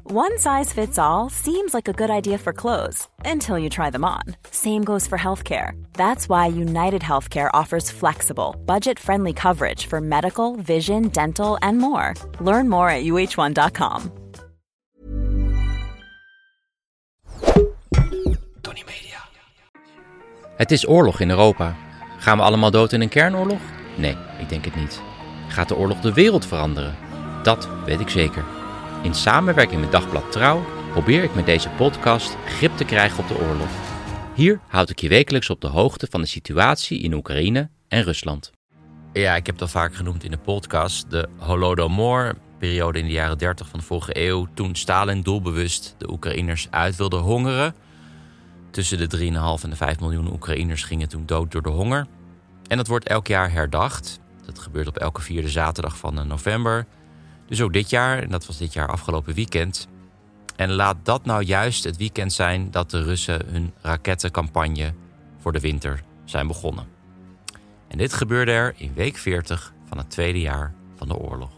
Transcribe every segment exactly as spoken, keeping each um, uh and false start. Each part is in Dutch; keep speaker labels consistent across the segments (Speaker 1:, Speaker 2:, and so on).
Speaker 1: One size fits all seems like a good idea for clothes until you try them on. Same goes for healthcare. That's why United Healthcare offers flexible, budget-friendly coverage for medical, vision, dental, and more. Learn more at u h one dot com.
Speaker 2: Tony Media. Het is oorlog in Europa. Gaan we allemaal dood in een kernoorlog? Nee, ik denk het niet. Gaat de oorlog de wereld veranderen? Dat weet ik zeker. In samenwerking met Dagblad Trouw probeer ik met deze podcast grip te krijgen op de oorlog. Hier houd ik je wekelijks op de hoogte van de situatie in Oekraïne en Rusland. Ja, ik heb het al vaak genoemd in de podcast. De Holodomor, periode in de jaren dertig van de vorige eeuw, toen Stalin doelbewust de Oekraïners uit wilde hongeren. Tussen de drie komma vijf en de vijf miljoen Oekraïners gingen toen dood door de honger. En dat wordt elk jaar herdacht. Dat gebeurt op elke vierde zaterdag van november. Dus ook dit jaar, en dat was dit jaar afgelopen weekend. En laat dat nou juist het weekend zijn dat de Russen hun rakettencampagne voor de winter zijn begonnen. En dit gebeurde er in week veertig van het tweede jaar van de oorlog.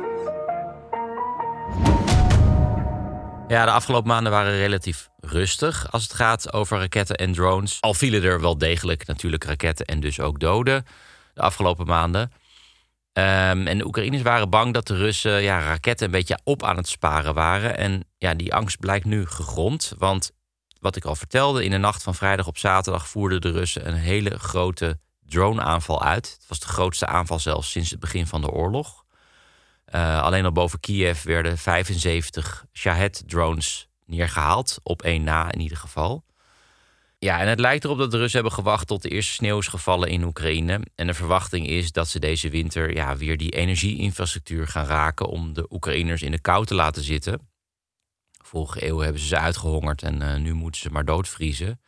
Speaker 2: Ja, de afgelopen maanden waren relatief rustig als het gaat over raketten en drones. Al vielen er wel degelijk natuurlijk raketten en dus ook doden de afgelopen maanden. Um, en de Oekraïners waren bang dat de Russen ja, raketten een beetje op aan het sparen waren. En ja, die angst blijkt nu gegrond. Want wat ik al vertelde, in de nacht van vrijdag op zaterdag voerden de Russen een hele grote droneaanval uit. Het was de grootste aanval zelfs sinds het begin van de oorlog. Uh, alleen al boven Kiev werden vijfenzeventig Shahed-drones neergehaald. Op één na in ieder geval. Ja, en het lijkt erop dat de Russen hebben gewacht tot de eerste sneeuw is gevallen in Oekraïne. En de verwachting is dat ze deze winter ja, weer die energieinfrastructuur gaan raken om de Oekraïners in de kou te laten zitten. Vorige eeuw hebben ze ze uitgehongerd en uh, nu moeten ze maar doodvriezen.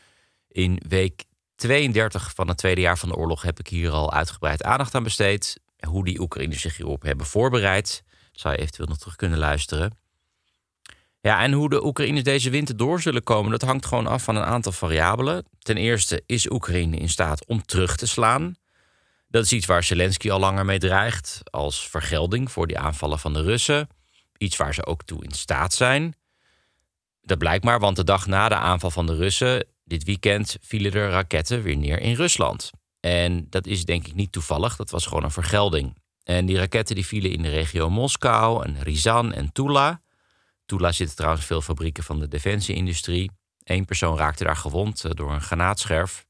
Speaker 2: In week tweeëndertig van het tweede jaar van de oorlog heb ik hier al uitgebreid aandacht aan besteed. Hoe die Oekraïners zich hierop hebben voorbereid. Dat zou je eventueel nog terug kunnen luisteren. Ja, en hoe de Oekraïners deze winter door zullen komen, dat hangt gewoon af van een aantal variabelen. Ten eerste is Oekraïne in staat om terug te slaan. Dat is iets waar Zelensky al langer mee dreigt, als vergelding voor die aanvallen van de Russen. Iets waar ze ook toe in staat zijn. Dat blijkt maar, want de dag na de aanval van de Russen, dit weekend, vielen er raketten weer neer in Rusland. En dat is denk ik niet toevallig, dat was gewoon een vergelding. En die raketten die vielen in de regio Moskou en Ryazan en Tula. Tula zitten trouwens veel fabrieken van de defensieindustrie. Eén persoon raakte daar gewond door een granaatscherf.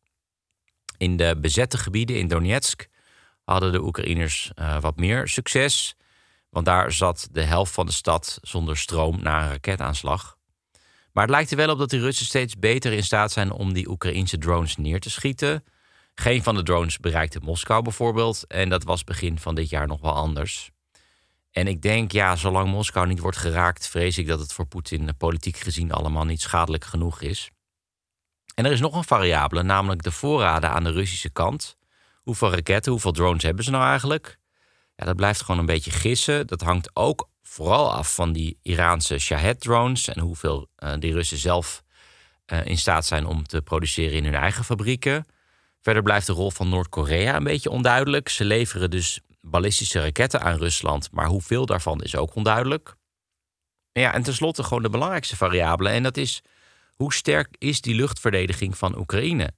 Speaker 2: In de bezette gebieden in Donetsk hadden de Oekraïners uh, wat meer succes. Want daar zat de helft van de stad zonder stroom na een raketaanslag. Maar het lijkt er wel op dat de Russen steeds beter in staat zijn om die Oekraïnse drones neer te schieten. Geen van de drones bereikte Moskou bijvoorbeeld. En dat was begin van dit jaar nog wel anders. En ik denk, ja, zolang Moskou niet wordt geraakt, vrees ik dat het voor Poetin politiek gezien allemaal niet schadelijk genoeg is. En er is nog een variabele, namelijk de voorraden aan de Russische kant. Hoeveel raketten, hoeveel drones hebben ze nou eigenlijk? Ja, dat blijft gewoon een beetje gissen. Dat hangt ook vooral af van die Iraanse Shahed-drones en hoeveel uh, die Russen zelf uh, in staat zijn om te produceren in hun eigen fabrieken. Verder blijft de rol van Noord-Korea een beetje onduidelijk. Ze leveren dus ballistische raketten aan Rusland, maar hoeveel daarvan is ook onduidelijk. Ja, en tenslotte gewoon de belangrijkste variabele, en dat is hoe sterk is die luchtverdediging van Oekraïne?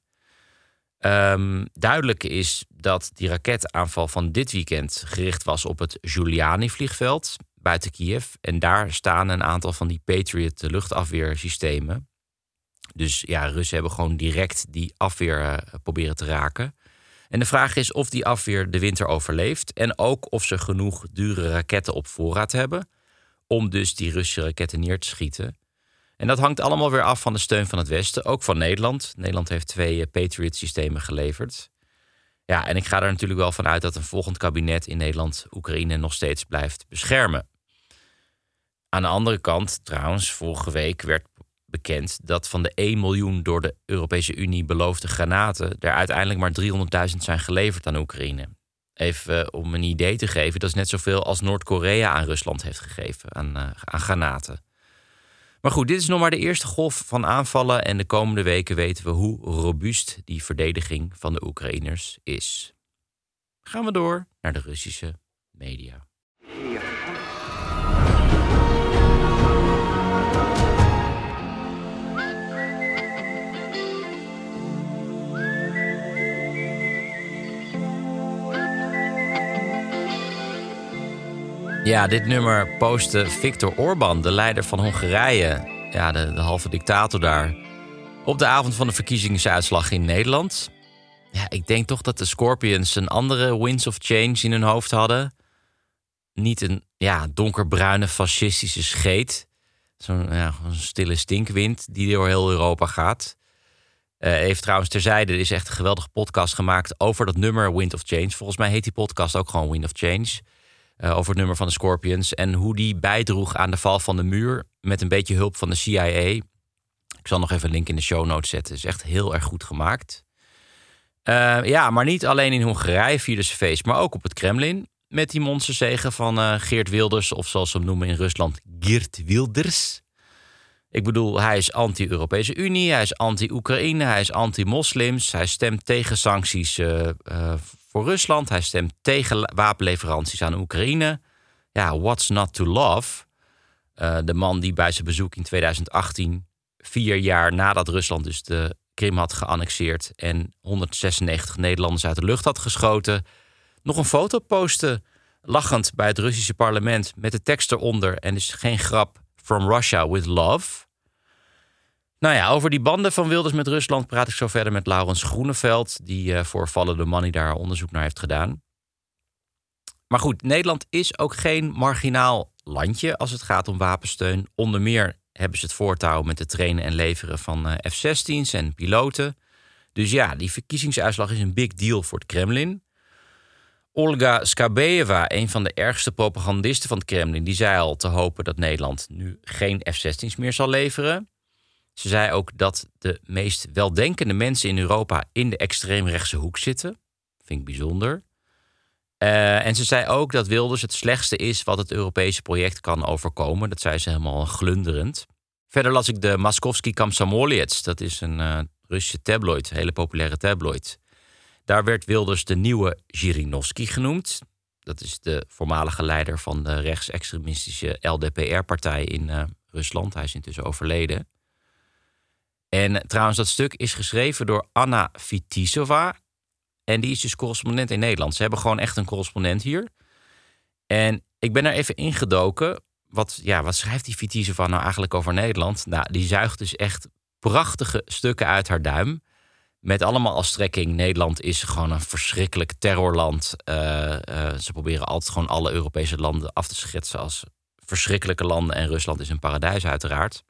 Speaker 2: Um, duidelijk is dat die raketaanval van dit weekend gericht was op het Giuliani-vliegveld buiten Kiev. En daar staan een aantal van die Patriot luchtafweersystemen. Dus ja, Russen hebben gewoon direct die afweer uh, proberen te raken. En de vraag is of die afweer de winter overleeft en ook of ze genoeg dure raketten op voorraad hebben om dus die Russische raketten neer te schieten. En dat hangt allemaal weer af van de steun van het Westen, ook van Nederland. Nederland heeft twee Patriot-systemen geleverd. Ja, en ik ga er natuurlijk wel van uit dat een volgend kabinet in Nederland Oekraïne nog steeds blijft beschermen. Aan de andere kant, trouwens, vorige week werd bekend dat van de één miljoen door de Europese Unie beloofde granaten er uiteindelijk maar driehonderdduizend zijn geleverd aan Oekraïne. Even om een idee te geven, dat is net zoveel als Noord-Korea aan Rusland heeft gegeven aan, uh, aan granaten. Maar goed, dit is nog maar de eerste golf van aanvallen en de komende weken weten we hoe robuust die verdediging van de Oekraïners is. Gaan we door naar de Russische media. Ja, dit nummer postte Viktor Orbán, de leider van Hongarije, ja, de, de halve dictator daar, op de avond van de verkiezingsuitslag in Nederland. Ja, ik denk toch dat de Scorpions een andere winds of change in hun hoofd hadden. Niet een ja, donkerbruine fascistische scheet. Zo'n ja, een stille stinkwind die door heel Europa gaat. Uh, heeft trouwens terzijde, er is echt een geweldige podcast gemaakt over dat nummer Wind of Change. Volgens mij heet die podcast ook gewoon Wind of Change. Uh, over het nummer van de Scorpions. En hoe die bijdroeg aan de val van de muur met een beetje hulp van de C I A. Ik zal nog even een link in de show notes zetten. Het is echt heel erg goed gemaakt. Uh, ja, maar niet alleen in Hongarije vierden ze feest, maar ook op het Kremlin. Met die monsterzege van uh, Geert Wilders, of zoals ze hem noemen in Rusland, Geert Wilders. Ik bedoel, hij is anti-Europese Unie, hij is anti-Oekraïne, hij is anti-moslims. Hij stemt tegen sancties uh, uh, voor Rusland. Hij stemt tegen wapenleveranties aan Oekraïne. Ja, what's not to love? Uh, de man die bij zijn bezoek in tweeduizend achttien, vier jaar nadat Rusland dus de Krim had geannexeerd en honderdzesennegentig Nederlanders uit de lucht had geschoten, nog een foto postte, lachend bij het Russische parlement met de tekst eronder, en dus geen grap, From Russia with Love. Nou ja, over die banden van Wilders met Rusland praat ik zo verder met Laurens Groeneveld, die uh, voor Follow the Money daar onderzoek naar heeft gedaan. Maar goed, Nederland is ook geen marginaal landje als het gaat om wapensteun. Onder meer hebben ze het voortouw met het trainen en leveren van uh, F zestien's en piloten. Dus ja, die verkiezingsuitslag is een big deal voor het Kremlin. Olga Skabeyeva, een van de ergste propagandisten van het Kremlin, die zei al te hopen dat Nederland nu geen F zestien's meer zal leveren. Ze zei ook dat de meest weldenkende mensen in Europa in de extreemrechtse hoek zitten. Vind ik bijzonder. Uh, en ze zei ook dat Wilders het slechtste is wat het Europese project kan overkomen. Dat zei ze helemaal glunderend. Verder las ik de Moskovsky Komsomolets. Dat is een uh, Russische tabloid, een hele populaire tabloid. Daar werd Wilders de nieuwe Zhirinovsky genoemd. Dat is de voormalige leider van de rechtsextremistische L D P R-partij in uh, Rusland. Hij is intussen overleden. En trouwens, dat stuk is geschreven door Anna Vitisova. En die is dus correspondent in Nederland. Ze hebben gewoon echt een correspondent hier. En ik ben er even ingedoken. Wat, ja, wat schrijft die Vitisova nou eigenlijk over Nederland? Nou, die zuigt dus echt prachtige stukken uit haar duim. Met allemaal als strekking, Nederland is gewoon een verschrikkelijk terrorland. Uh, uh, ze proberen altijd gewoon alle Europese landen af te schetsen als verschrikkelijke landen. En Rusland is een paradijs uiteraard.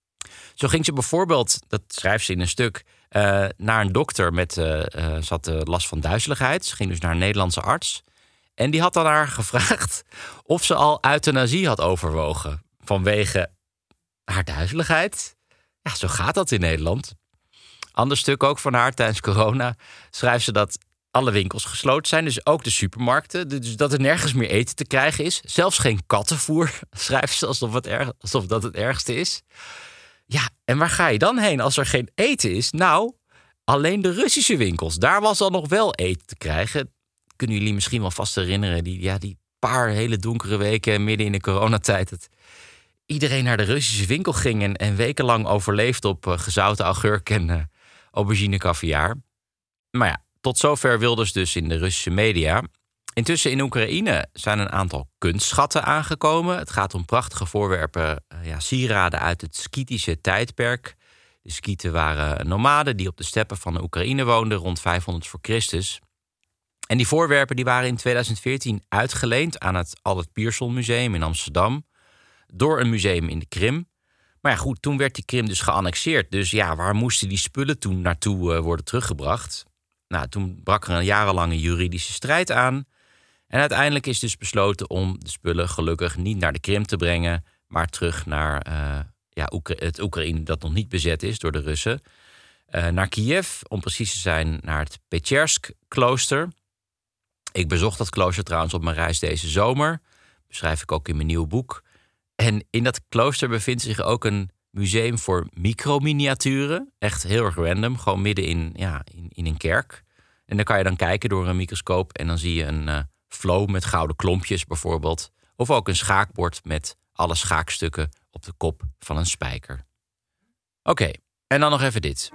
Speaker 2: Zo ging ze bijvoorbeeld, dat schrijft ze in een stuk, uh, naar een dokter met uh, uh, ze had uh, last van duizeligheid. Ze ging dus naar een Nederlandse arts. En die had dan haar gevraagd of ze al euthanasie had overwogen vanwege haar duizeligheid. Ja, zo gaat dat in Nederland. Ander stuk ook van haar tijdens corona schrijft ze dat alle winkels gesloten zijn, dus ook de supermarkten. Dus dat er nergens meer eten te krijgen is. Zelfs geen kattenvoer, schrijft ze, alsof, het erg, alsof dat het ergste is. Ja, en waar ga je dan heen als er geen eten is? Nou, alleen de Russische winkels. Daar was al nog wel eten te krijgen. Kunnen jullie misschien wel vast herinneren, die, ja, die paar hele donkere weken midden in de coronatijd, dat iedereen naar de Russische winkel ging en, en wekenlang overleefde op uh, gezouten augurk en uh, aubergine caviar. Maar ja, tot zover Wilders dus in de Russische media. Intussen in Oekraïne zijn een aantal kunstschatten aangekomen. Het gaat om prachtige voorwerpen, uh, ja, sieraden uit het Skytische tijdperk. De Skythen waren nomaden die op de steppen van de Oekraïne woonden rond vijfhonderd voor Christus. En die voorwerpen die waren in tweeduizend veertien uitgeleend aan het Albert Pierson Museum in Amsterdam door een museum in de Krim. Maar ja, goed, toen werd die Krim dus geannexeerd. Dus ja, waar moesten die spullen toen naartoe uh, worden teruggebracht? Nou, toen brak er een jarenlange juridische strijd aan. En uiteindelijk is dus besloten om de spullen gelukkig niet naar de Krim te brengen, maar terug naar uh, ja, Oekra- het Oekraïne dat nog niet bezet is door de Russen. Uh, naar Kiev, om precies te zijn naar het Pechersk-klooster. Ik bezocht dat klooster trouwens op mijn reis deze zomer. Beschrijf ik ook in mijn nieuwe boek. En in dat klooster bevindt zich ook een museum voor microminiaturen. Echt heel erg random, gewoon midden in, ja, in, in een kerk. En dan kan je dan kijken door een microscoop en dan zie je een uh, flow met gouden klompjes bijvoorbeeld. Of ook een schaakbord met alle schaakstukken op de kop van een spijker. Oké, okay, en dan nog even dit.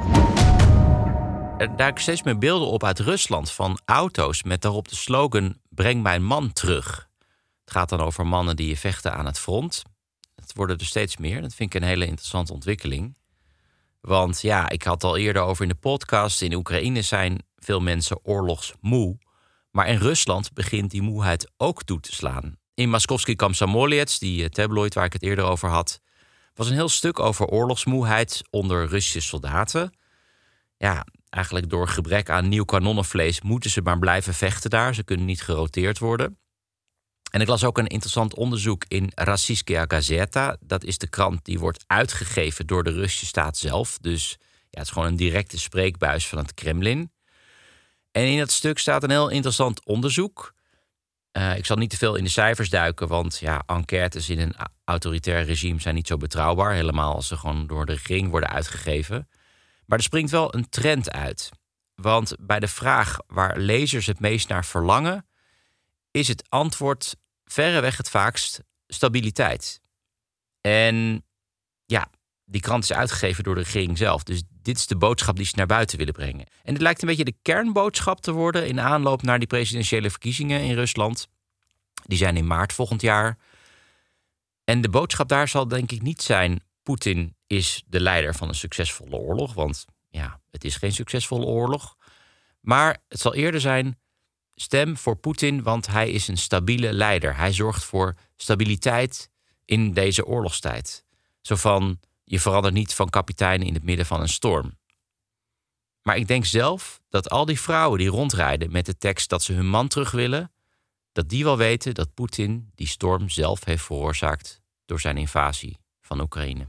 Speaker 2: Er duiken steeds meer beelden op uit Rusland van auto's met daarop de slogan Breng mijn man terug. Het gaat dan over mannen die vechten aan het front. Het worden er steeds meer. Dat vind ik een hele interessante ontwikkeling. Want ja, ik had het al eerder over in de podcast. In Oekraïne zijn veel mensen oorlogsmoe. Maar in Rusland begint die moeheid ook toe te slaan. In Moskovsky Komsomolets, die tabloid waar ik het eerder over had, was een heel stuk over oorlogsmoeheid onder Russische soldaten. Ja, eigenlijk door gebrek aan nieuw kanonnenvlees moeten ze maar blijven vechten daar. Ze kunnen niet geroteerd worden. En ik las ook een interessant onderzoek in Rossiyskaya Gazeta. Dat is de krant die wordt uitgegeven door de Russische staat zelf. Dus ja, het is gewoon een directe spreekbuis van het Kremlin. En in dat stuk staat een heel interessant onderzoek. Uh, ik zal niet te veel in de cijfers duiken, want ja, enquêtes in een autoritair regime zijn niet zo betrouwbaar. Helemaal als ze gewoon door de regering worden uitgegeven. Maar er springt wel een trend uit. Want bij de vraag waar lezers het meest naar verlangen, is het antwoord verreweg het vaakst stabiliteit. En ja, die krant is uitgegeven door de regering zelf. Dus dit is de boodschap die ze naar buiten willen brengen. En dit lijkt een beetje de kernboodschap te worden in aanloop naar die presidentiële verkiezingen in Rusland. Die zijn in maart volgend jaar. En de boodschap daar zal denk ik niet zijn: Poetin is de leider van een succesvolle oorlog. Want ja, het is geen succesvolle oorlog. Maar het zal eerder zijn: stem voor Poetin, want hij is een stabiele leider. Hij zorgt voor stabiliteit in deze oorlogstijd. Zo van, je verandert niet van kapitein in het midden van een storm. Maar ik denk zelf dat al die vrouwen die rondrijden met de tekst dat ze hun man terug willen, dat die wel weten dat Poetin die storm zelf heeft veroorzaakt door zijn invasie van Oekraïne.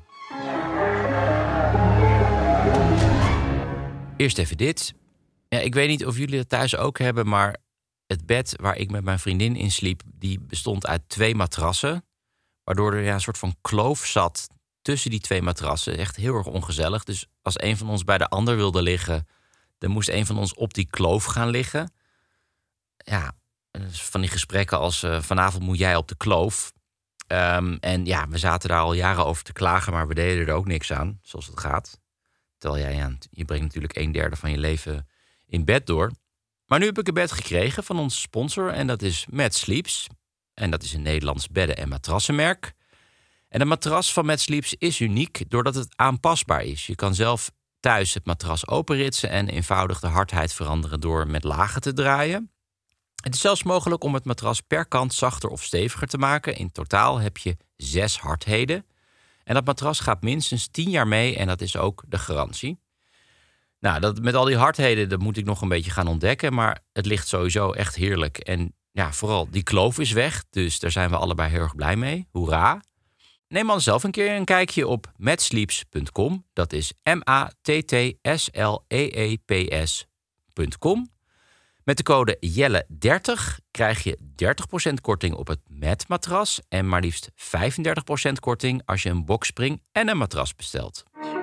Speaker 2: Eerst even dit. Ja, ik weet niet of jullie het thuis ook hebben, maar het bed waar ik met mijn vriendin in sliep, die bestond uit twee matrassen, waardoor er ja, een soort van kloof zat tussen die twee matrassen. Echt heel erg ongezellig. Dus als een van ons bij de ander wilde liggen, dan moest een van ons op die kloof gaan liggen. Ja, van die gesprekken als uh, vanavond moet jij op de kloof. Um, en ja, we zaten daar al jaren over te klagen, maar we deden er ook niks aan, zoals het gaat. Terwijl jij, ja, je brengt natuurlijk een derde van je leven in bed door. Maar nu heb ik een bed gekregen van onze sponsor en dat is Mad Sleeps. En dat is een Nederlands bedden- en matrassenmerk. En de matras van Mad Sleeps is uniek doordat het aanpasbaar is. Je kan zelf thuis het matras openritsen en eenvoudig de hardheid veranderen door met lagen te draaien. Het is zelfs mogelijk om het matras per kant zachter of steviger te maken. In totaal heb je zes hardheden. En dat matras gaat minstens tien jaar mee en dat is ook de garantie. Nou, dat, met al die hardheden, dat moet ik nog een beetje gaan ontdekken. Maar het ligt sowieso echt heerlijk. En ja, vooral die kloof is weg. Dus daar zijn we allebei heel erg blij mee. Hoera! Neem dan zelf een keer een kijkje op madsleeps punt com. Dat is M A T T S L E E P S punt com. Met de code Jelle dertig krijg je dertig procent korting op het Mad-matras en maar liefst vijfendertig procent korting als je een boxspring en een matras bestelt.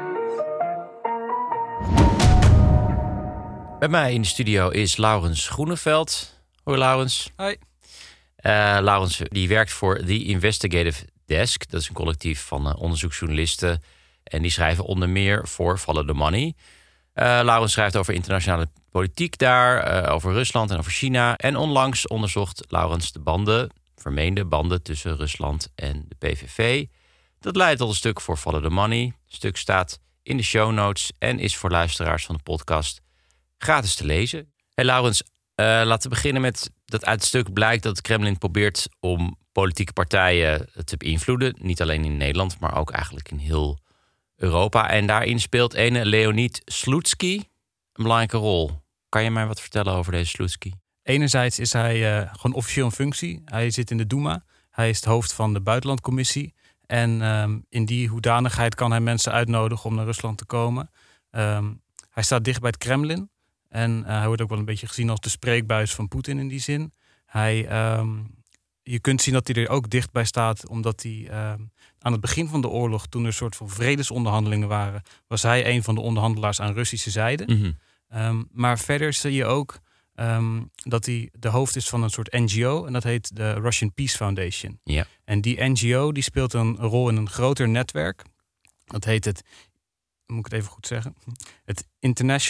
Speaker 2: Bij mij in de studio is Laurens Groeneveld. Hoi Laurens.
Speaker 3: Hoi.
Speaker 2: Uh, Laurens die werkt voor The Investigative Desk. Dat is een collectief van uh, onderzoeksjournalisten. En die schrijven onder meer voor Follow the Money. Uh, Laurens schrijft over internationale politiek daar, uh, over Rusland en over China. En onlangs onderzocht Laurens de banden, vermeende banden tussen Rusland en de P V V. Dat leidt tot een stuk voor Follow the Money. Het stuk staat in de show notes en is voor luisteraars van de podcast gratis te lezen. Hey Laurens, uh, laten we beginnen met dat uit het stuk blijkt dat het Kremlin probeert om politieke partijen te beïnvloeden. Niet alleen in Nederland, maar ook eigenlijk in heel Europa. En daarin speelt ene Leonid Slutsky een belangrijke rol. Kan je mij wat vertellen over deze Slutsky?
Speaker 3: Enerzijds is hij uh, gewoon officieel in functie. Hij zit in de Duma. Hij is het hoofd van de buitenlandcommissie. En um, in die hoedanigheid kan hij mensen uitnodigen om naar Rusland te komen. Um, hij staat dicht bij het Kremlin. En uh, hij wordt ook wel een beetje gezien als de spreekbuis van Poetin in die zin. Hij, um, je kunt zien dat hij er ook dichtbij staat, omdat hij um, aan het begin van de oorlog, toen er een soort van vredesonderhandelingen waren, was hij een van de onderhandelaars aan Russische zijde.
Speaker 2: Mm-hmm.
Speaker 3: Um, maar verder zie je ook um, dat hij de hoofd is van een soort N G O en dat heet de Russian Peace Foundation.
Speaker 2: Ja.
Speaker 3: En die N G O die speelt een rol in een groter netwerk. Dat heet het, moet ik het even goed zeggen, het International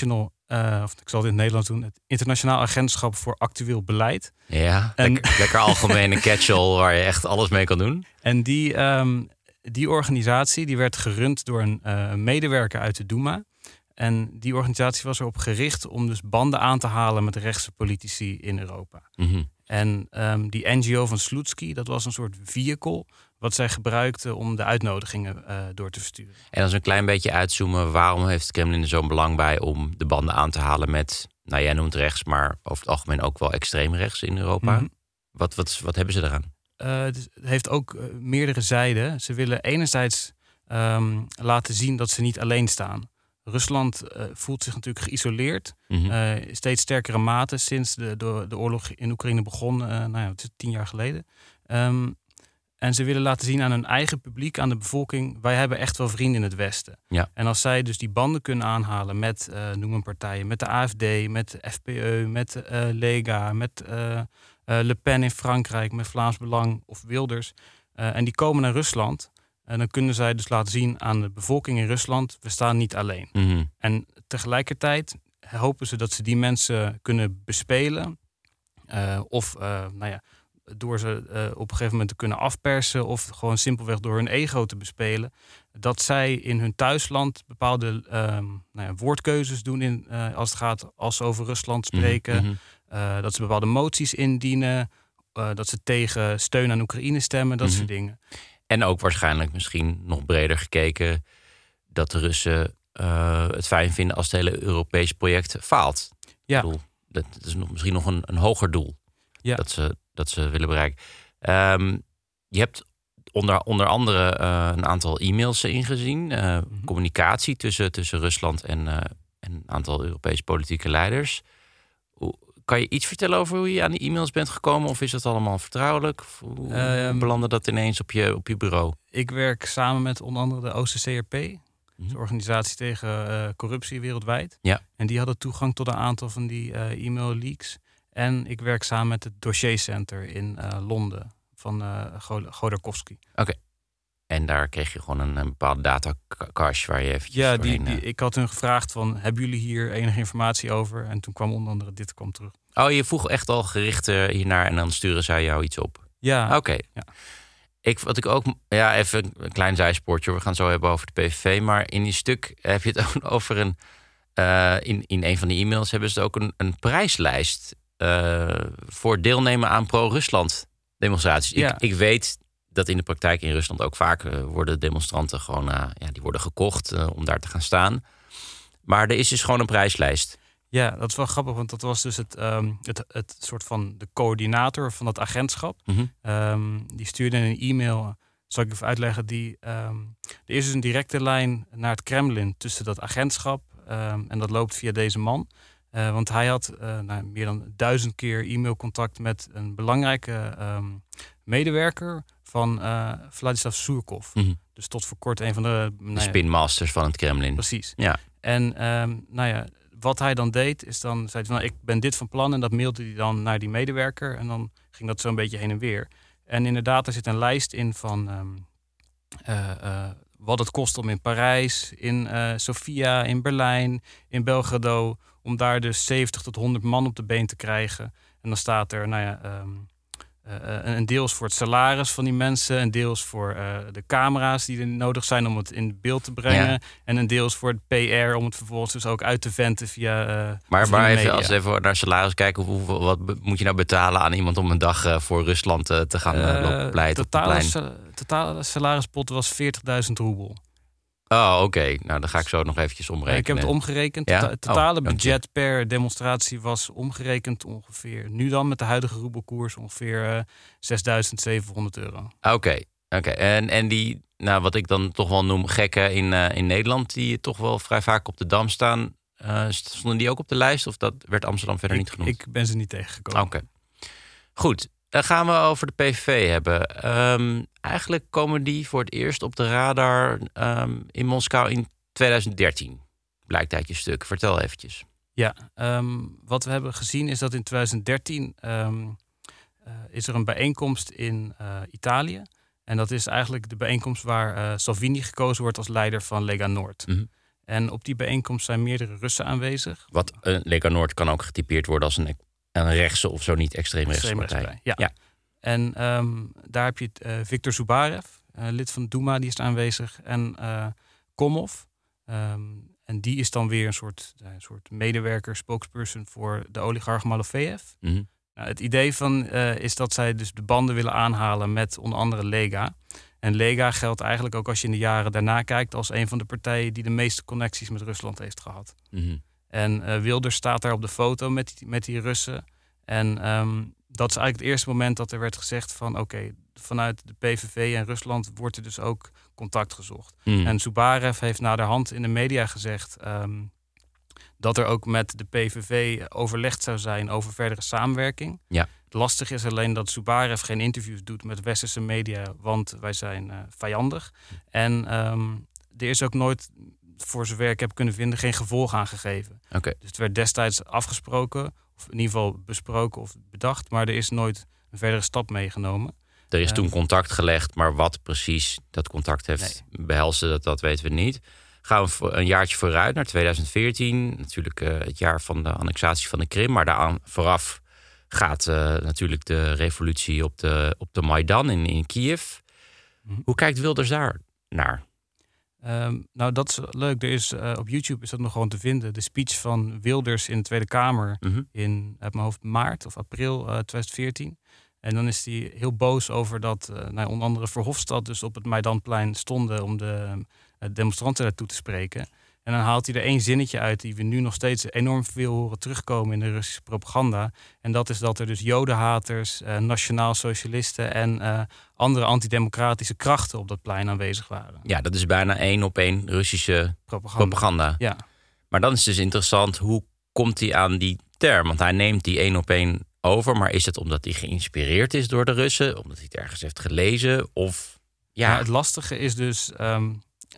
Speaker 3: uh, of ik zal het in het Nederlands doen, het Internationaal Agentschap voor Actueel Beleid.
Speaker 2: Ja,
Speaker 3: en,
Speaker 2: lekker, lekker algemene catch-all waar je echt alles mee kan doen.
Speaker 3: En die, um, die organisatie die werd gerund door een uh, medewerker uit de Duma. En die organisatie was erop gericht om dus banden aan te halen met rechtse politici in Europa.
Speaker 2: Mm-hmm.
Speaker 3: En um, die N G O van Slutsky, dat was een soort vehicle wat zij gebruikten om de uitnodigingen uh, door te versturen.
Speaker 2: En als we een klein beetje uitzoomen, waarom heeft het Kremlin er zo'n belang bij om de banden aan te halen met, nou jij noemt rechts, maar over het algemeen ook wel extreem rechts in Europa? Mm-hmm. Wat, wat, wat hebben ze eraan?
Speaker 3: Uh, het heeft ook uh, meerdere zijden. Ze willen enerzijds um, laten zien dat ze niet alleen staan. Rusland uh, voelt zich natuurlijk geïsoleerd. Mm-hmm. Uh, steeds sterkere mate sinds de, de, de oorlog in Oekraïne begon. Uh, nou ja, het is tien jaar geleden. Um, en ze willen laten zien aan hun eigen publiek, aan de bevolking, wij hebben echt wel vrienden in het Westen.
Speaker 2: Ja.
Speaker 3: En als zij dus die banden kunnen aanhalen met, uh, noem een partijen, met de A F D, met de F P E, met uh, Lega, met uh, uh, Le Pen in Frankrijk, met Vlaams Belang of Wilders. Uh, en die komen naar Rusland. En dan kunnen zij dus laten zien aan de bevolking in Rusland, we staan niet alleen.
Speaker 2: Mm-hmm.
Speaker 3: En tegelijkertijd hopen ze dat ze die mensen kunnen bespelen. Uh, of uh, nou ja, door ze uh, op een gegeven moment te kunnen afpersen. Of gewoon simpelweg door hun ego te bespelen. Dat zij in hun thuisland bepaalde uh, nou ja, woordkeuzes doen in, uh, als het gaat als ze over Rusland spreken.
Speaker 2: Mm-hmm.
Speaker 3: Uh, dat ze bepaalde moties indienen. Uh, dat ze tegen steun aan Oekraïne stemmen. Dat mm-hmm. soort dingen.
Speaker 2: En ook waarschijnlijk misschien nog breder gekeken dat de Russen uh, het fijn vinden als het hele Europese project faalt.
Speaker 3: Ja.
Speaker 2: Ik bedoel, dat is nog, misschien nog een, een hoger doel
Speaker 3: ja.
Speaker 2: dat, ze, dat ze willen bereiken. Um, je hebt onder, onder andere uh, een aantal e-mails ingezien. Uh, mm-hmm. Communicatie tussen, tussen Rusland en, uh, en een aantal Europese politieke leiders. Hoe, kan je iets vertellen over hoe je aan die e-mails bent gekomen? Of is dat allemaal vertrouwelijk? Hoe um, belandde dat ineens op je, op je bureau?
Speaker 3: Ik werk samen met onder andere de O C C R P. Mm-hmm. De organisatie tegen uh, corruptie wereldwijd.
Speaker 2: Ja.
Speaker 3: En die hadden toegang tot een aantal van die uh, e-mail leaks. En ik werk samen met het dossiercenter in uh, Londen van uh, Godorkovsky.
Speaker 2: Oké. Okay. En daar kreeg je gewoon een, een bepaalde datacache waar je eventjes
Speaker 3: Ja, die,
Speaker 2: doorheen,
Speaker 3: die, ik had hun gevraagd van, hebben jullie hier enige informatie over? En toen kwam onder andere dit kwam terug.
Speaker 2: Oh, je vroeg echt al gericht uh, hiernaar en dan sturen zij jou iets op?
Speaker 3: Ja.
Speaker 2: Oké. Okay.
Speaker 3: Ja.
Speaker 2: Ik, wat ik ook, ja, even een klein zijspoortje. We gaan het zo hebben over de P V V. Maar in die stuk heb je het ook over een, uh, in, in een van die e-mails hebben ze ook een, een prijslijst uh, voor deelnemen aan pro-Rusland demonstraties.
Speaker 3: Ja.
Speaker 2: Ik, ik weet dat in de praktijk in Rusland ook vaak uh, worden demonstranten gewoon, uh, ja, die worden gekocht uh, om daar te gaan staan. Maar er is dus gewoon een prijslijst.
Speaker 3: Ja, dat is wel grappig, want dat was dus het, um, het, het soort van de coördinator van dat agentschap.
Speaker 2: Mm-hmm.
Speaker 3: Um, die stuurde een e-mail, zal ik even uitleggen. Die, um, er is dus een directe lijn naar het Kremlin tussen dat agentschap um, en dat loopt via deze man. Uh, want hij had uh, nou, meer dan duizend keer e-mailcontact met een belangrijke um, medewerker van uh, Vladislav Surkov.
Speaker 2: Mm-hmm.
Speaker 3: Dus tot voor kort een van de...
Speaker 2: Nou ja, de spinmasters van het Kremlin.
Speaker 3: Precies.
Speaker 2: Ja.
Speaker 3: En um, nou ja, wat hij dan deed, is dan zei hij van, nou, ik ben dit van plan. En dat mailde hij dan naar die medewerker. En dan ging dat zo een beetje heen en weer. En inderdaad, er zit een lijst in van um, uh, uh, wat het kost om in Parijs, in uh, Sofia, in Berlijn, in Belgrado, om daar dus zeventig tot honderd man op de been te krijgen. En dan staat er, nou ja, um, uh, een deels voor het salaris van die mensen, een deels voor uh, de camera's die er nodig zijn om het in beeld te brengen, ja. En een deels voor het P R om het vervolgens dus ook uit te venten via. Uh,
Speaker 2: maar maar even, als we even naar salaris kijken, hoeveel, wat moet je nou betalen aan iemand om een dag uh, voor Rusland uh, te gaan uh, lopen pleiten?
Speaker 3: Totale, sa- totale salarispot was veertigduizend roebel.
Speaker 2: Oh, oké. Okay. Nou, dan ga ik zo nog eventjes omrekenen.
Speaker 3: Ik heb het omgerekend. Het
Speaker 2: ja?
Speaker 3: totale
Speaker 2: oh,
Speaker 3: budget per demonstratie was omgerekend ongeveer, nu dan met de huidige roebelkoers, ongeveer uh, zesduizend zevenhonderd euro.
Speaker 2: Oké, okay. oké. Okay. En, en die, nou, wat ik dan toch wel noem gekken in, uh, in Nederland, die toch wel vrij vaak op de Dam staan, uh, stonden die ook op de lijst? Of dat werd Amsterdam verder
Speaker 3: ik,
Speaker 2: niet genoemd?
Speaker 3: Ik ben ze niet tegengekomen.
Speaker 2: Oké. Okay. Goed. Dan gaan we over de P V V hebben. Um, eigenlijk komen die voor het eerst op de radar um, in Moskou in twintig dertien. Blijkt uit je stuk. Vertel eventjes.
Speaker 3: Ja, um, wat we hebben gezien is dat in twintig dertien um, uh, is er een bijeenkomst in uh, Italië. En dat is eigenlijk de bijeenkomst waar uh, Salvini gekozen wordt als leider van Lega Noord.
Speaker 2: Mm-hmm.
Speaker 3: En op die bijeenkomst zijn meerdere Russen aanwezig.
Speaker 2: Wat uh, Lega Noord kan ook getypeerd worden als een, een rechtse of zo niet extreemrechtse partij.
Speaker 3: Ja. ja. En um, daar heb je uh, Viktor Zubarev, uh, lid van de Duma, die is aanwezig. En uh, Komov. Um, en die is dan weer een soort, uh, een soort medewerker, spokesperson voor de oligarch Malofeev.
Speaker 2: Mm-hmm.
Speaker 3: Nou, het idee van uh, is dat zij dus de banden willen aanhalen met onder andere Lega. En Lega geldt eigenlijk ook als je in de jaren daarna kijkt als een van de partijen die de meeste connecties met Rusland heeft gehad.
Speaker 2: Mm-hmm.
Speaker 3: En uh, Wilders staat daar op de foto met die, met die Russen. En um, dat is eigenlijk het eerste moment dat er werd gezegd van oké, okay, vanuit de P V V en Rusland wordt er dus ook contact gezocht. Mm. En Zubarev heeft naderhand in de media gezegd um, dat er ook met de P V V overlegd zou zijn over verdere samenwerking.
Speaker 2: Ja.
Speaker 3: Lastig is alleen dat Zubarev geen interviews doet met westerse media, want wij zijn uh, vijandig. En um, er is ook nooit, voor zover ik heb kunnen vinden, geen gevolg aangegeven.
Speaker 2: Okay.
Speaker 3: Dus het werd destijds afgesproken, of in ieder geval besproken of bedacht, maar er is nooit een verdere stap meegenomen.
Speaker 2: Er is uh, toen contact gelegd, maar wat precies dat contact heeft nee. behelste, dat, dat weten we niet. Gaan we voor een jaartje vooruit naar twintig veertien. Natuurlijk uh, het jaar van de annexatie van de Krim. Maar daaraan vooraf gaat uh, natuurlijk de revolutie op de, op de Maidan in, in Kiev. Mm-hmm. Hoe kijkt Wilders daar naar?
Speaker 3: Um, nou, dat is leuk. Er is, uh, op YouTube is dat nog gewoon te vinden. De speech van Wilders in de Tweede Kamer mm-hmm. in, uit mijn hoofd, maart of april uh, twintig veertien. En dan is hij heel boos over dat uh, nou, onder andere Verhofstadt dus op het Maidanplein stonden om de uh, demonstranten daartoe te spreken. En dan haalt hij er één zinnetje uit die we nu nog steeds enorm veel horen terugkomen in de Russische propaganda. En dat is dat er dus jodenhaters, uh, nationaal socialisten en uh, andere antidemocratische krachten op dat plein aanwezig waren.
Speaker 2: Ja, dat is bijna één op één Russische propaganda. propaganda.
Speaker 3: Ja.
Speaker 2: Maar dan is het dus interessant, hoe komt hij aan die term? Want hij neemt die één op één over, maar is het omdat hij geïnspireerd is door de Russen? Omdat hij het ergens heeft gelezen? Of ja,
Speaker 3: ja het lastige is dus, um,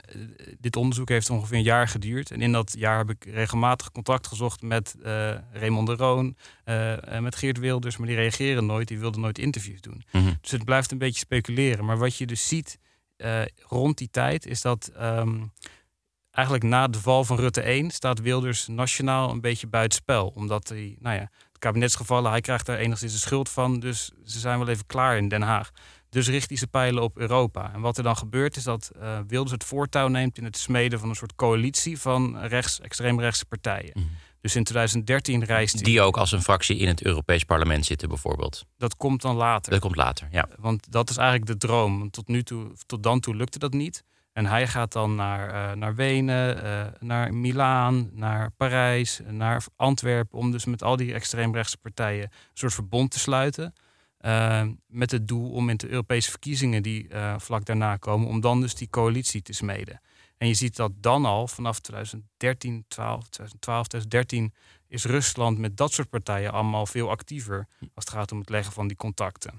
Speaker 3: dit onderzoek heeft ongeveer een jaar geduurd. En in dat jaar heb ik regelmatig contact gezocht met uh, Raymond de Roon, uh, met Geert Wilders, maar die reageren nooit, die wilden nooit interviews doen. Mm-hmm. Dus het blijft een beetje speculeren. Maar wat je dus ziet uh, rond die tijd is dat um, eigenlijk na de val van Rutte één staat Wilders nationaal een beetje buitenspel. Omdat hij, nou ja, het kabinetsgevallen, hij krijgt daar enigszins de schuld van. Dus ze zijn wel even klaar in Den Haag. Dus richt hij zijn pijlen op Europa. En wat er dan gebeurt is dat uh, Wilders het voortouw neemt in het smeden van een soort coalitie van rechts, extreemrechtse partijen. Mm. Dus in twintig dertien reist hij...
Speaker 2: Die ook als een fractie in het Europees Parlement zitten bijvoorbeeld.
Speaker 3: Dat komt dan later.
Speaker 2: Dat komt later, ja.
Speaker 3: Want dat is eigenlijk de droom. Want tot nu toe, tot dan toe lukte dat niet. En hij gaat dan naar, uh, naar Wenen, uh, naar Milaan, naar Parijs, naar Antwerpen, om dus met al die extreemrechtse partijen een soort verbond te sluiten. Uh, met het doel om in de Europese verkiezingen die uh, vlak daarna komen, om dan dus die coalitie te smeden. En je ziet dat dan al vanaf twintig dertien, twaalf, twintig twaalf, twintig dertien is Rusland met dat soort partijen allemaal veel actiever als het gaat om het leggen van die contacten.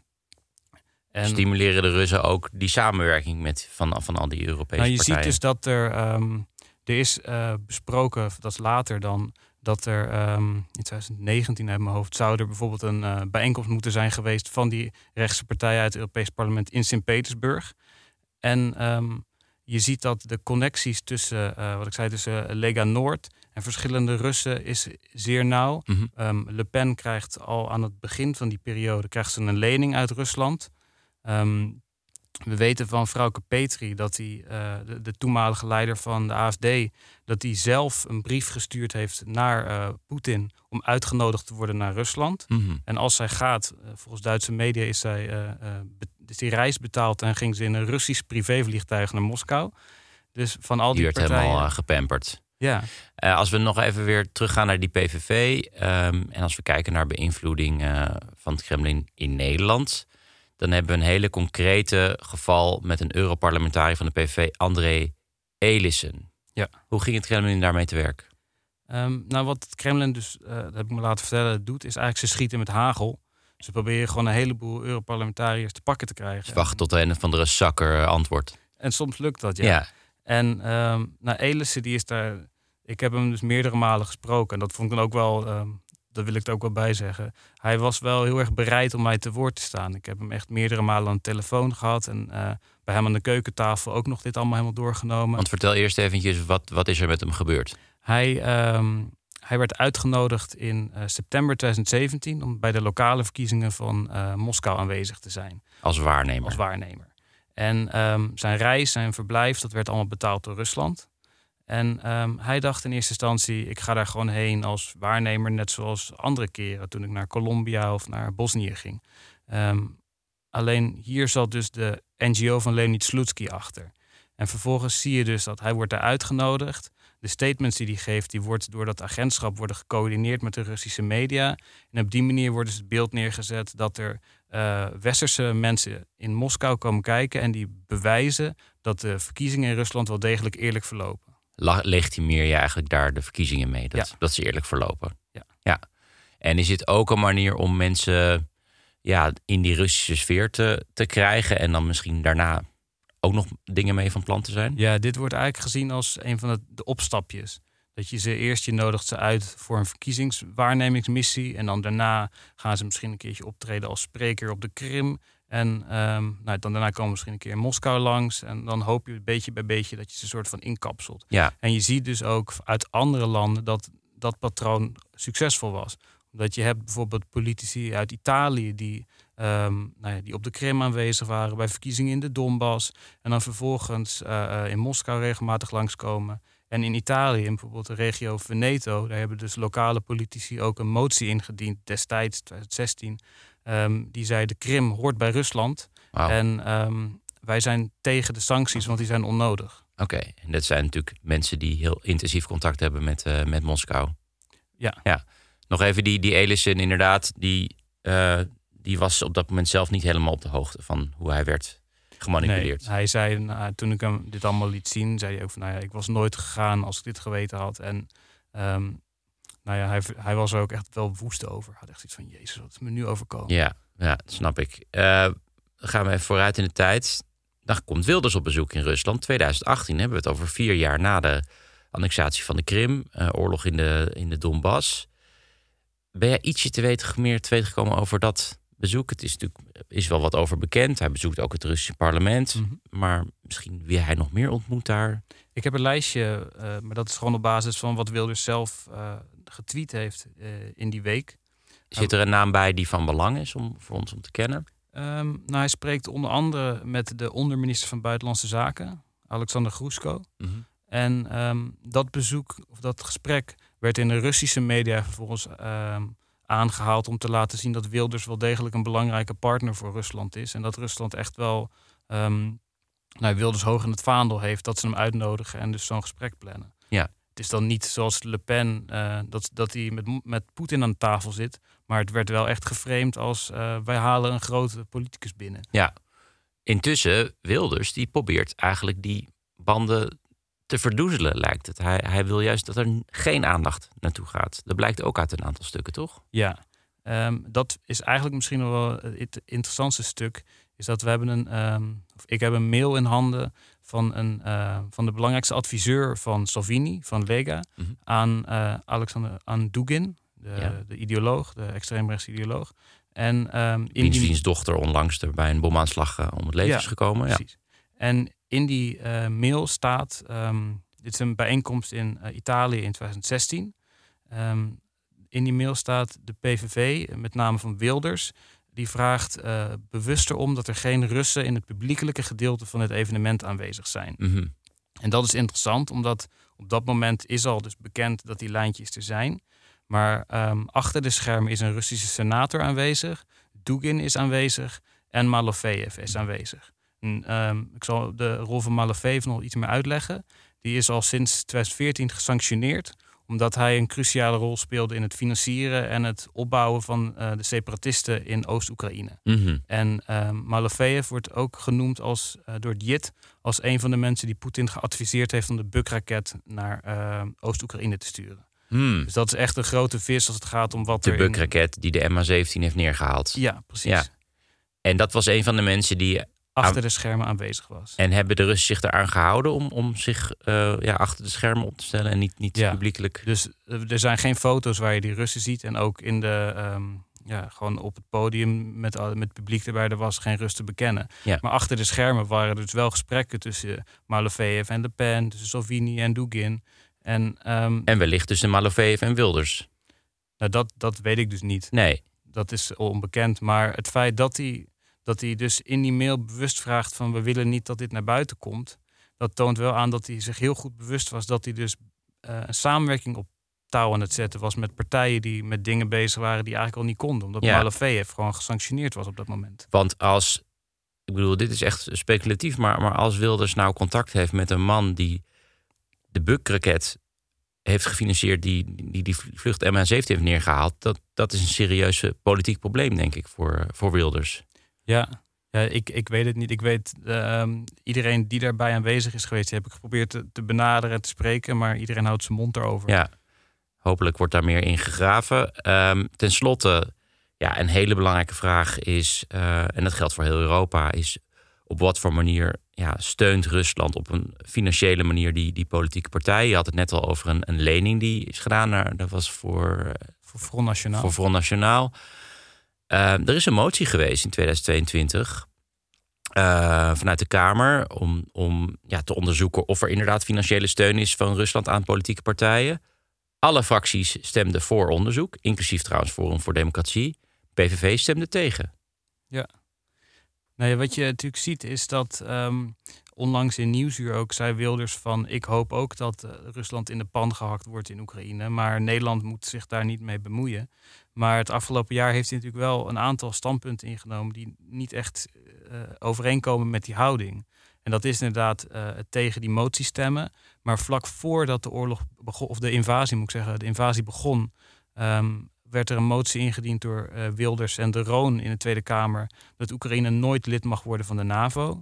Speaker 2: En stimuleren de Russen ook die samenwerking met van, van al die Europese
Speaker 3: nou, je
Speaker 2: partijen?
Speaker 3: Je ziet dus dat er, um, er is uh, besproken, dat is later dan, dat er um, in twintig negentien uit mijn hoofd zou er bijvoorbeeld een uh, bijeenkomst moeten zijn geweest van die rechtse partijen uit het Europees Parlement in Sint-Petersburg. En um, je ziet dat de connecties tussen, uh, wat ik zei, tussen Lega Noord en verschillende Russen is zeer nauw. Mm-hmm. Um, Le Pen krijgt al aan het begin van die periode krijgt ze een lening uit Rusland. Um, we weten van Frauke Petry, dat hij, uh, de, de toenmalige leider van de A F D, dat hij zelf een brief gestuurd heeft naar uh, Poetin om uitgenodigd te worden naar Rusland. Mm-hmm. En als zij gaat, uh, volgens Duitse media is zij uh, uh, be- is die reis betaald en ging ze in een Russisch privévliegtuig naar Moskou. Dus van al die,
Speaker 2: die werd
Speaker 3: partijen
Speaker 2: helemaal uh, gepamperd.
Speaker 3: Ja.
Speaker 2: Uh, als we nog even weer teruggaan naar die P V V um, en als we kijken naar beïnvloeding uh, van het Kremlin in Nederland, dan hebben we een hele concrete geval met een Europarlementariër van de P V V, André Elissen.
Speaker 3: Ja.
Speaker 2: Hoe ging het Kremlin daarmee te werk?
Speaker 3: Um, nou, wat het Kremlin dus, uh, dat heb ik me laten vertellen, doet, is eigenlijk ze schieten met hagel. Ze proberen gewoon een heleboel Europarlementariërs te pakken te krijgen.
Speaker 2: Ze wachten tot een of andere zakker antwoord.
Speaker 3: En soms lukt dat, ja.
Speaker 2: ja.
Speaker 3: En um, nou, Elissen, die is daar... Ik heb hem dus meerdere malen gesproken. En dat vond ik dan ook wel... Um, dat wil ik er ook wel bij zeggen. Hij was wel heel erg bereid om mij te woord te staan. Ik heb hem echt meerdere malen aan de telefoon gehad. En uh, bij hem aan de keukentafel ook nog dit allemaal helemaal doorgenomen.
Speaker 2: Want vertel eerst eventjes, wat, wat is er met hem gebeurd?
Speaker 3: Hij, um, hij werd uitgenodigd in uh, september twintig zeventien... om bij de lokale verkiezingen van uh, Moskou aanwezig te zijn.
Speaker 2: Als waarnemer?
Speaker 3: Als waarnemer. En um, zijn reis, zijn verblijf, dat werd allemaal betaald door Rusland. En um, hij dacht in eerste instantie, ik ga daar gewoon heen als waarnemer, net zoals andere keren toen ik naar Colombia of naar Bosnië ging. Um, alleen hier zat dus de N G O van Leonid Slutsky achter. En vervolgens zie je dus dat hij wordt daar uitgenodigd. De statements die hij geeft, die wordt door dat agentschap worden gecoördineerd met de Russische media. En op die manier wordt dus het beeld neergezet dat er uh, westerse mensen in Moskou komen kijken en die bewijzen dat de verkiezingen in Rusland wel degelijk eerlijk verlopen.
Speaker 2: Legitimeer je eigenlijk daar de verkiezingen mee, dat,
Speaker 3: ja.
Speaker 2: dat ze eerlijk verlopen.
Speaker 3: Ja.
Speaker 2: ja. En is dit ook een manier om mensen ja, in die Russische sfeer te, te krijgen en dan misschien daarna ook nog dingen mee van plan te zijn?
Speaker 3: Ja, dit wordt eigenlijk gezien als een van de, de opstapjes. Dat je ze eerst, je nodigt ze uit voor een verkiezingswaarnemingsmissie en dan daarna gaan ze misschien een keertje optreden als spreker op de Krim. En um, nou, dan daarna komen we misschien een keer in Moskou langs. En dan hoop je beetje bij beetje dat je ze een soort van inkapselt.
Speaker 2: Ja.
Speaker 3: En je ziet dus ook uit andere landen dat dat patroon succesvol was. Omdat je hebt bijvoorbeeld politici uit Italië die, um, nou ja, die op de Krim aanwezig waren bij verkiezingen in de Donbass. En dan vervolgens uh, in Moskou regelmatig langskomen. En in Italië, in bijvoorbeeld de regio Veneto, daar hebben dus lokale politici ook een motie ingediend destijds, twintig zestien. Um, die zei de Krim hoort bij Rusland. Wow. En um, wij zijn tegen de sancties, want die zijn onnodig.
Speaker 2: Oké, okay. En dat zijn natuurlijk mensen die heel intensief contact hebben met, uh, met Moskou.
Speaker 3: Ja.
Speaker 2: ja. Nog even die, die Elissen, inderdaad, die, uh, die was op dat moment zelf niet helemaal op de hoogte van hoe hij werd gemanipuleerd.
Speaker 3: Nee, hij zei, nou, toen ik hem dit allemaal liet zien, zei hij ook van, nou ja, ik was nooit gegaan als ik dit geweten had. En um, nou ja, hij, hij was er ook echt wel woest over. Hij had echt iets van, jezus, wat is me nu overkomen?
Speaker 2: Ja, ja, dat snap ik. Uh, gaan we even vooruit in de tijd. Dan komt Wilders op bezoek in Rusland. twintig achttien hebben we het over vier jaar na de annexatie van de Krim. Uh, oorlog in de, in de Donbass. Ben jij ietsje te weten, meer te weten gekomen over dat bezoek? Het is natuurlijk is wel wat over bekend. Hij bezoekt ook het Russische parlement. Mm-hmm. Maar misschien wie hij nog meer ontmoet daar?
Speaker 3: Ik heb een lijstje, uh, maar dat is gewoon op basis van wat Wilders zelf uh, getweet heeft uh, in die week.
Speaker 2: Zit er een naam bij die van belang is om, voor ons om te kennen?
Speaker 3: Um, nou, hij spreekt onder andere met de onderminister van Buitenlandse Zaken, Alexander Grushko. Mm-hmm. En um, dat bezoek, of dat gesprek, werd in de Russische media vervolgens um, aangehaald om te laten zien dat Wilders wel degelijk een belangrijke partner voor Rusland is. En dat Rusland echt wel um, nou, Wilders hoog in het vaandel heeft, dat ze hem uitnodigen en dus zo'n gesprek plannen.
Speaker 2: Ja.
Speaker 3: Het is dan niet zoals Le Pen, uh, dat, dat hij met, met Poetin aan de tafel zit. Maar het werd wel echt geframed als uh, wij halen een grote politicus binnen.
Speaker 2: Ja, intussen Wilders die probeert eigenlijk die banden te verdoezelen, lijkt het. Hij, hij wil juist dat er geen aandacht naartoe gaat. Dat blijkt ook uit een aantal stukken, toch?
Speaker 3: Ja, um, dat is eigenlijk misschien nog wel het interessantste stuk. Is dat we hebben een, um, of ik heb een mail in handen van, een, uh, van de belangrijkste adviseur van Salvini, van Lega, mm-hmm. aan uh, Alexander aan Dugin, de, ja. de ideoloog, de extreemrechtse ideoloog. En um, in
Speaker 2: die wiens dochter onlangs er bij een bomaanslag uh, om het leven ja, is gekomen.
Speaker 3: Precies. Ja. En in die uh, mail staat, um, dit is een bijeenkomst in uh, Italië in twintig zestien. Um, in die mail staat de P V V, met name van Wilders, die vraagt uh, bewust erom dat er geen Russen in het publiekelijke gedeelte van het evenement aanwezig zijn.
Speaker 2: Mm-hmm.
Speaker 3: En dat is interessant, omdat op dat moment is al dus bekend dat die lijntjes er zijn. Maar um, achter de schermen is een Russische senator aanwezig, Dugin is aanwezig en Malofeev is aanwezig. En, um, ik zal de rol van Malofeev nog iets meer uitleggen. Die is al sinds twintig veertien gesanctioneerd, omdat hij een cruciale rol speelde in het financieren en het opbouwen van uh, de separatisten in Oost-Oekraïne.
Speaker 2: Mm-hmm.
Speaker 3: En um, Malofeev wordt ook genoemd als, uh, door Djit als een van de mensen die Poetin geadviseerd heeft om de Buk-raket naar uh, Oost-Oekraïne te sturen.
Speaker 2: Hmm.
Speaker 3: Dus dat is echt een grote vis als het gaat om wat
Speaker 2: de
Speaker 3: er...
Speaker 2: De Buk-raket die de M H zeventien heeft neergehaald.
Speaker 3: Ja, precies.
Speaker 2: Ja. En dat was een van de mensen die
Speaker 3: achter de schermen aanwezig was.
Speaker 2: En hebben de Russen zich eraan gehouden om, om zich uh, ja, achter de schermen op te stellen en niet, niet
Speaker 3: ja.
Speaker 2: publiekelijk?
Speaker 3: Dus uh, er zijn geen foto's waar je die Russen ziet. En ook in de, um, ja, gewoon op het podium met, uh, met publiek erbij, er was geen rust te bekennen. Ja. Maar achter de schermen waren er dus wel gesprekken tussen Malofejev en Le Pen, tussen Salvini en Dugin. En, um,
Speaker 2: en wellicht tussen Malofejev en Wilders.
Speaker 3: Nou, dat, dat weet ik dus niet.
Speaker 2: Nee.
Speaker 3: Dat is onbekend. Maar het feit dat hij, dat hij dus in die mail bewust vraagt van we willen niet dat dit naar buiten komt, dat toont wel aan dat hij zich heel goed bewust was dat hij dus uh, een samenwerking op touw aan het zetten was met partijen die met dingen bezig waren die eigenlijk al niet konden. Omdat ja. Malofejev gewoon gesanctioneerd was op dat moment.
Speaker 2: Want als, ik bedoel, dit is echt speculatief, maar, maar als Wilders nou contact heeft met een man die de Buk-raket heeft gefinancierd, die die, die vlucht M H zeventien heeft neergehaald, dat, dat is een serieus politiek probleem, denk ik, voor, voor Wilders.
Speaker 3: Ja, ja ik, ik weet het niet. Ik weet, uh, iedereen die daarbij aanwezig is geweest, die heb ik geprobeerd te, te benaderen en te spreken, maar iedereen houdt zijn mond erover.
Speaker 2: Ja, hopelijk wordt daar meer in gegraven. Um, ten slotte, ja, een hele belangrijke vraag is, uh, en dat geldt voor heel Europa, is op wat voor manier ja, steunt Rusland op een financiële manier die, die politieke partijen? Je had het net al over een, een lening die is gedaan. Naar, dat was voor,
Speaker 3: voor Front Nationaal.
Speaker 2: Voor Front Nationaal. Uh, er is een motie geweest in tweeduizend tweeëntwintig uh, vanuit de Kamer om, om ja, te onderzoeken of er inderdaad financiële steun is van Rusland aan politieke partijen. Alle fracties stemden voor onderzoek, inclusief trouwens Forum voor Democratie. P V V stemde tegen.
Speaker 3: Ja. Nou ja, wat je natuurlijk ziet is dat um, onlangs in Nieuwsuur ook zei Wilders van ik hoop ook dat uh, Rusland in de pan gehakt wordt in Oekraïne. Maar Nederland moet zich daar niet mee bemoeien. Maar het afgelopen jaar heeft hij natuurlijk wel een aantal standpunten ingenomen die niet echt uh, overeenkomen met die houding. En dat is inderdaad uh, tegen die motie stemmen. Maar vlak voordat de oorlog begon, of de invasie moet ik zeggen, de invasie begon, Um, werd er een motie ingediend door uh, Wilders en de Roon in de Tweede Kamer dat Oekraïne nooit lid mag worden van de NAVO.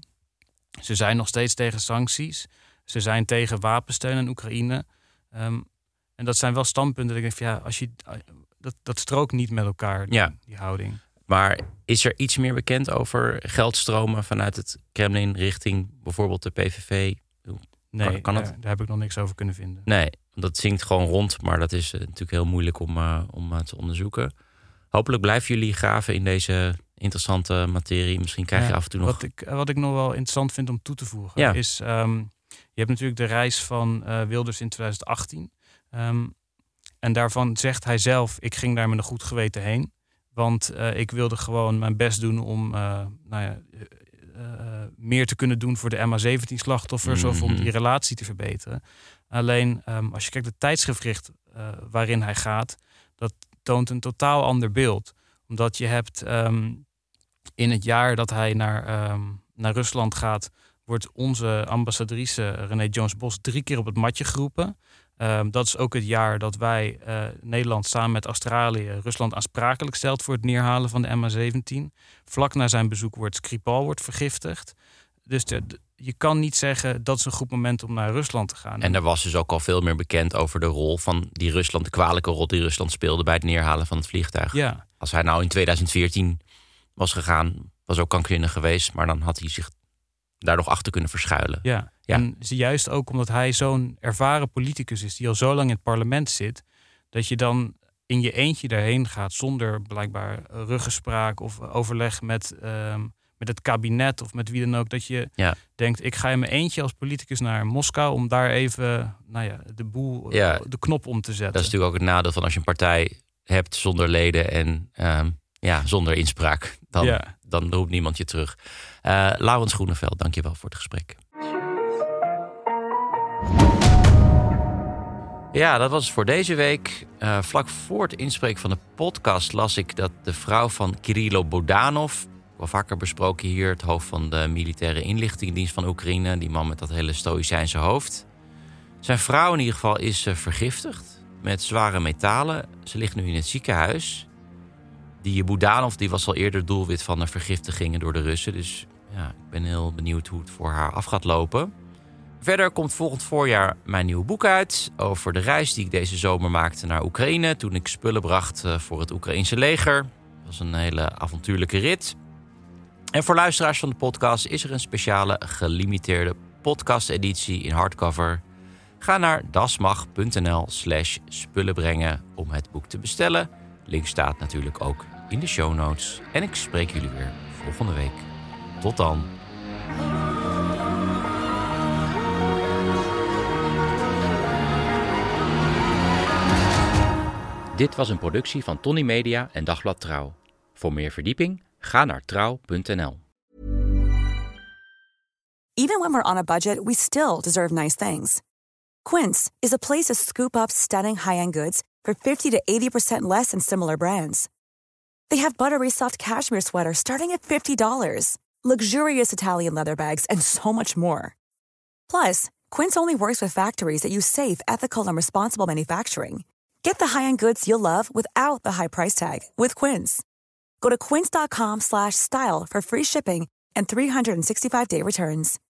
Speaker 3: Ze zijn nog steeds tegen sancties. Ze zijn tegen wapensteun aan Oekraïne. Um, en dat zijn wel standpunten dat ik denk van ja, als je, dat, dat strookt niet met elkaar, die,
Speaker 2: ja.
Speaker 3: die houding.
Speaker 2: Maar is er iets meer bekend over geldstromen vanuit het Kremlin richting bijvoorbeeld de P V V?
Speaker 3: Nee,
Speaker 2: kan, kan het?
Speaker 3: Daar, daar heb ik nog niks over kunnen vinden.
Speaker 2: Nee, dat zinkt gewoon rond, maar dat is uh, natuurlijk heel moeilijk om, uh, om uh, te onderzoeken. Hopelijk blijven jullie graven in deze interessante materie. Misschien krijg je ja, af en toe nog...
Speaker 3: Wat ik, wat ik nog wel interessant vind om toe te voegen
Speaker 2: ja.
Speaker 3: is, Um, je hebt natuurlijk de reis van uh, Wilders in tweeduizend achttien. Um, en daarvan zegt hij zelf, ik ging daar met een goed geweten heen. Want uh, ik wilde gewoon mijn best doen om uh, nou ja, uh, uh, meer te kunnen doen voor de M H zeventien slachtoffers mm-hmm. of om die relatie te verbeteren. Alleen um, als je kijkt de tijdsgevricht uh, waarin hij gaat, dat toont een totaal ander beeld. Omdat je hebt um, in het jaar dat hij naar, um, naar Rusland gaat, wordt onze ambassadrice René Jones-Bos drie keer op het matje geroepen. Um, dat is ook het jaar dat wij uh, Nederland samen met Australië Rusland aansprakelijk stelt voor het neerhalen van de M H zeventien. Vlak na zijn bezoek wordt Skripal wordt vergiftigd. Dus de, de, je kan niet zeggen dat is een goed moment om naar Rusland te gaan.
Speaker 2: En er was dus ook al veel meer bekend over de rol van die Rusland, de kwalijke rol die Rusland speelde bij het neerhalen van het vliegtuig.
Speaker 3: Ja.
Speaker 2: Als hij nou in tweeduizend veertien was gegaan, was ook krankzinnig geweest, maar dan had hij zich daar nog achter kunnen verschuilen.
Speaker 3: Ja, ja. En juist ook omdat hij zo'n ervaren politicus is die al zo lang in het parlement zit, dat je dan in je eentje daarheen gaat zonder blijkbaar ruggespraak of overleg met, um, met het kabinet of met wie dan ook, dat je ja. denkt, ik ga in mijn eentje als politicus naar Moskou om daar even nou ja, de boel, ja. de knop om te zetten.
Speaker 2: Dat is natuurlijk ook het nadeel van als je een partij hebt zonder leden en um, ja, zonder inspraak. Dan, ja. dan roept niemand je terug. Uh, Laurens Groeneveld, dank je wel voor het gesprek. Ja, dat was het voor deze week. Uh, vlak voor het inspreken van de podcast las ik dat de vrouw van Kirilo Bodanov, wel vaker besproken hier, het hoofd van de militaire inlichtingendienst van Oekraïne, die man met dat hele stoïcijnse hoofd. Zijn vrouw in ieder geval is uh, vergiftigd met zware metalen. Ze ligt nu in het ziekenhuis. Die Bodanov die was al eerder doelwit van de vergiftigingen door de Russen. Dus ja, ik ben heel benieuwd hoe het voor haar af gaat lopen. Verder komt volgend voorjaar mijn nieuwe boek uit over de reis die ik deze zomer maakte naar Oekraïne toen ik spullen bracht voor het Oekraïense leger. Dat was een hele avontuurlijke rit. En voor luisteraars van de podcast is er een speciale gelimiteerde podcast-editie in hardcover. Ga naar dasmag.nl slash spullenbrengen om het boek te bestellen. Link staat natuurlijk ook in de show notes. En ik spreek jullie weer volgende week. Tot dan. Dit was een productie van Tony Media en Dagblad Trouw. Voor meer verdieping, ga naar trouw punt n l.
Speaker 4: Even when we're on a budget, we still deserve nice things. Quince is a place to scoop up stunning high-end goods for fifty to eighty percent less than similar brands. They have buttery soft cashmere sweaters starting at fifty dollars, luxurious Italian leather bags, and so much more. Plus, Quince only works with factories that use safe, ethical, and responsible manufacturing. Get the high-end goods you'll love without the high price tag with Quince. Go to quince.com slash style for free shipping and three sixty-five day returns.